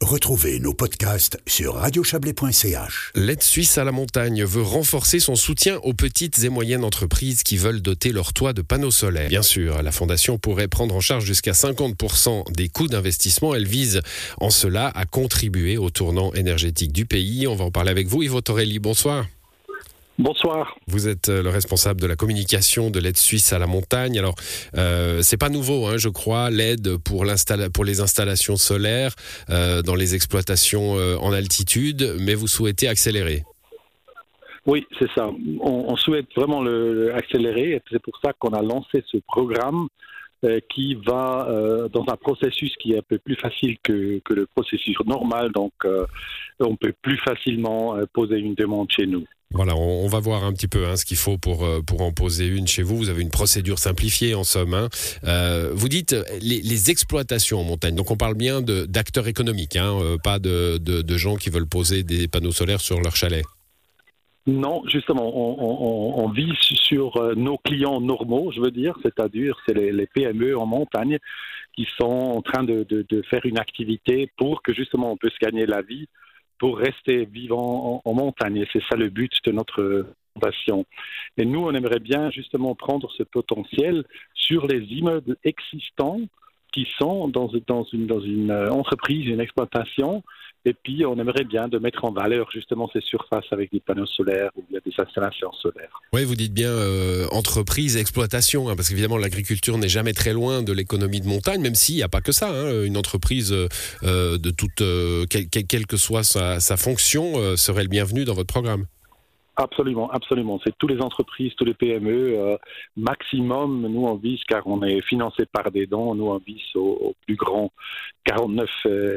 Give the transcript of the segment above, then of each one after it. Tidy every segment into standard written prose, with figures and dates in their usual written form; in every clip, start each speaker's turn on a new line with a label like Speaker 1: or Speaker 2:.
Speaker 1: Retrouvez nos podcasts sur radiochablais.ch.
Speaker 2: L'aide suisse à la montagne veut renforcer son soutien aux petites et moyennes entreprises qui veulent doter leur toit de panneaux solaires. Bien sûr, la Fondation pourrait prendre en charge jusqu'à 50% des coûts d'investissement. Elle vise en cela à contribuer au tournant énergétique du pays. On va en parler avec vous, Yves Torelli. Bonsoir.
Speaker 3: Bonsoir.
Speaker 2: Vous êtes le responsable de la communication de l'aide suisse à la montagne. Alors, c'est pas nouveau, je crois, l'aide pour les installations solaires dans les exploitations en altitude, mais vous souhaitez accélérer.
Speaker 3: Oui, c'est ça. On souhaite vraiment accélérer, et c'est pour ça qu'on a lancé ce programme qui va dans un processus qui est un peu plus facile que le processus normal. Donc, on peut plus facilement poser une demande chez nous.
Speaker 2: Voilà, on va voir un petit peu ce qu'il faut pour en poser une chez vous. Vous avez une procédure simplifiée en somme. Vous dites les exploitations en montagne. Donc on parle bien d'acteurs économiques, pas de gens qui veulent poser des panneaux solaires sur leur chalet.
Speaker 3: Non, justement, on vise sur nos clients normaux, je veux dire, c'est-à-dire c'est les PME en montagne qui sont en train de faire une activité pour que justement on puisse gagner la vie, pour rester vivant en montagne. Et c'est ça le but de notre fondation. Et nous, on aimerait bien justement prendre ce potentiel sur les immeubles existants qui sont dans une entreprise, une exploitation. Et puis, on aimerait bien de mettre en valeur justement ces surfaces avec des panneaux solaires ou des installations solaires.
Speaker 2: Oui, vous dites bien entreprise, exploitation, parce qu'évidemment, l'agriculture n'est jamais très loin de l'économie de montagne, même s'il n'y a pas que ça. Une entreprise de toute, quelle que soit sa fonction, serait le bienvenu dans votre programme.
Speaker 3: Absolument, absolument. C'est toutes les entreprises, tous les PME, maximum, nous on vise, car on est financé par des dons, nous on vise au plus grand 49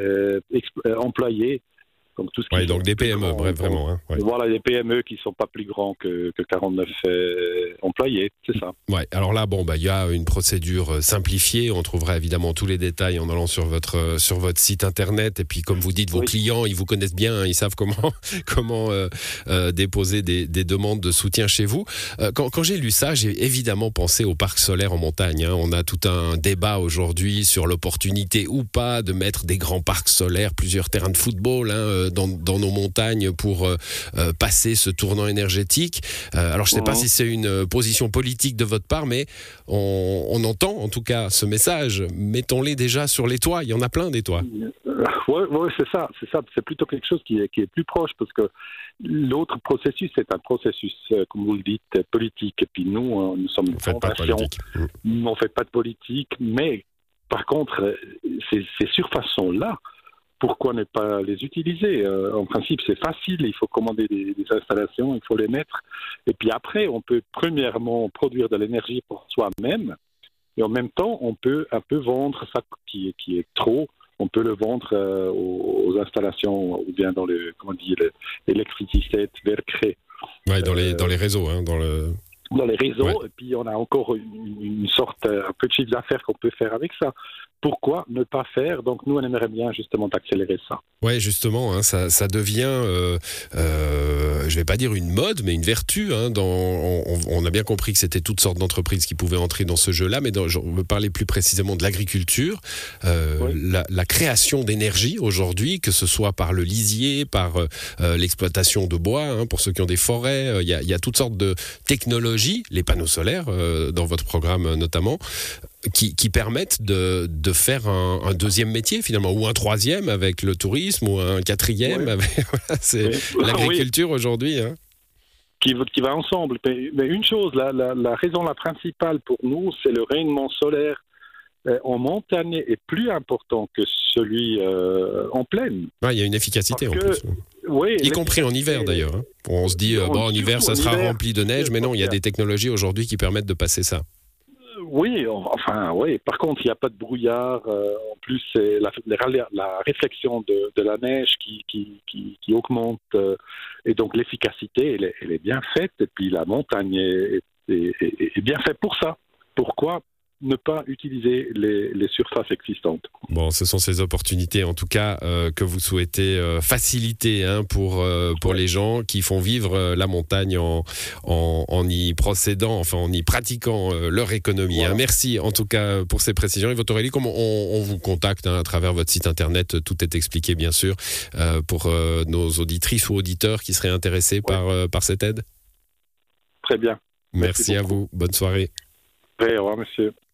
Speaker 3: employés. Donc, tout ce qui
Speaker 2: donc des PME,
Speaker 3: grand,
Speaker 2: bref, vraiment.
Speaker 3: Voilà, des PME qui ne sont pas plus grands que 49 employés, c'est ça.
Speaker 2: Ouais, alors là, il y a une procédure simplifiée. On trouvera évidemment tous les détails en allant sur votre site internet. Et puis, comme vous dites, vos clients, ils vous connaissent bien, ils savent comment déposer des demandes de soutien chez vous. Quand j'ai lu ça, j'ai évidemment pensé au parc solaire en montagne. On a tout un débat aujourd'hui sur l'opportunité ou pas de mettre des grands parcs solaires, plusieurs terrains de football, dans nos montagnes pour passer ce tournant énergétique. Alors je ne sais pas si c'est une position politique de votre part, mais on entend en tout cas ce message. Mettons-les déjà sur les toits, il y en a plein des toits.
Speaker 3: Oui, c'est ça. C'est plutôt quelque chose qui est plus proche, parce que l'autre processus, c'est un processus, comme vous le dites, politique. Et puis nous sommes une fondation, on ne fait pas de politique, mais par contre, ces surfaces-là, pourquoi ne pas les utiliser ? En principe, c'est facile, il faut commander des installations, il faut les mettre. Et puis après, on peut premièrement produire de l'énergie pour soi-même, et en même temps, on peut un peu vendre ça qui est trop, on peut le vendre aux installations, ou bien dans l'électricité verkré.
Speaker 2: Oui, dans les réseaux,
Speaker 3: dans les réseaux, et puis on a encore une sorte, un peu de chiffre d'affaires qu'on peut faire avec ça. Pourquoi ne pas faire ? Donc nous, on aimerait bien justement accélérer ça.
Speaker 2: Oui, justement, ça devient, je ne vais pas dire une mode, mais une vertu. On a bien compris que c'était toutes sortes d'entreprises qui pouvaient entrer dans ce jeu-là, mais je veux parler plus précisément de l'agriculture. La création d'énergie aujourd'hui, que ce soit par le lisier, par l'exploitation de bois, pour ceux qui ont des forêts, il y a toutes sortes de technologies, les panneaux solaires, dans votre programme notamment, qui permettent de faire un deuxième métier finalement, ou un troisième avec le tourisme, ou un quatrième avec l'agriculture aujourd'hui.
Speaker 3: Qui va ensemble. Mais une chose, la raison la principale pour nous, c'est le rayonnement solaire en montagne est plus important que celui en plaine.
Speaker 2: Il y a une efficacité en plus.
Speaker 3: Oui,
Speaker 2: y compris en hiver d'ailleurs. On se dit, en hiver ça sera rempli de neige, mais non, il y a des technologies aujourd'hui qui permettent de passer ça.
Speaker 3: Oui, par contre, il n'y a pas de brouillard. En plus, c'est la réflexion de la neige qui augmente. Et donc, l'efficacité, elle est bien faite. Et puis, la montagne est bien faite pour ça. Pourquoi ne pas utiliser les surfaces existantes.
Speaker 2: Bon, ce sont ces opportunités, en tout cas, que vous souhaitez faciliter pour les gens qui font vivre la montagne en y procédant, enfin en y pratiquant leur économie. Voilà. Merci, en tout cas, pour ces précisions. Et votre Aurélie, comme on vous contacte à travers votre site internet, tout est expliqué, bien sûr, pour nos auditrices ou auditeurs qui seraient intéressés par cette aide.
Speaker 3: Très bien.
Speaker 2: Merci à vous. Bonne soirée.
Speaker 3: Au revoir, monsieur.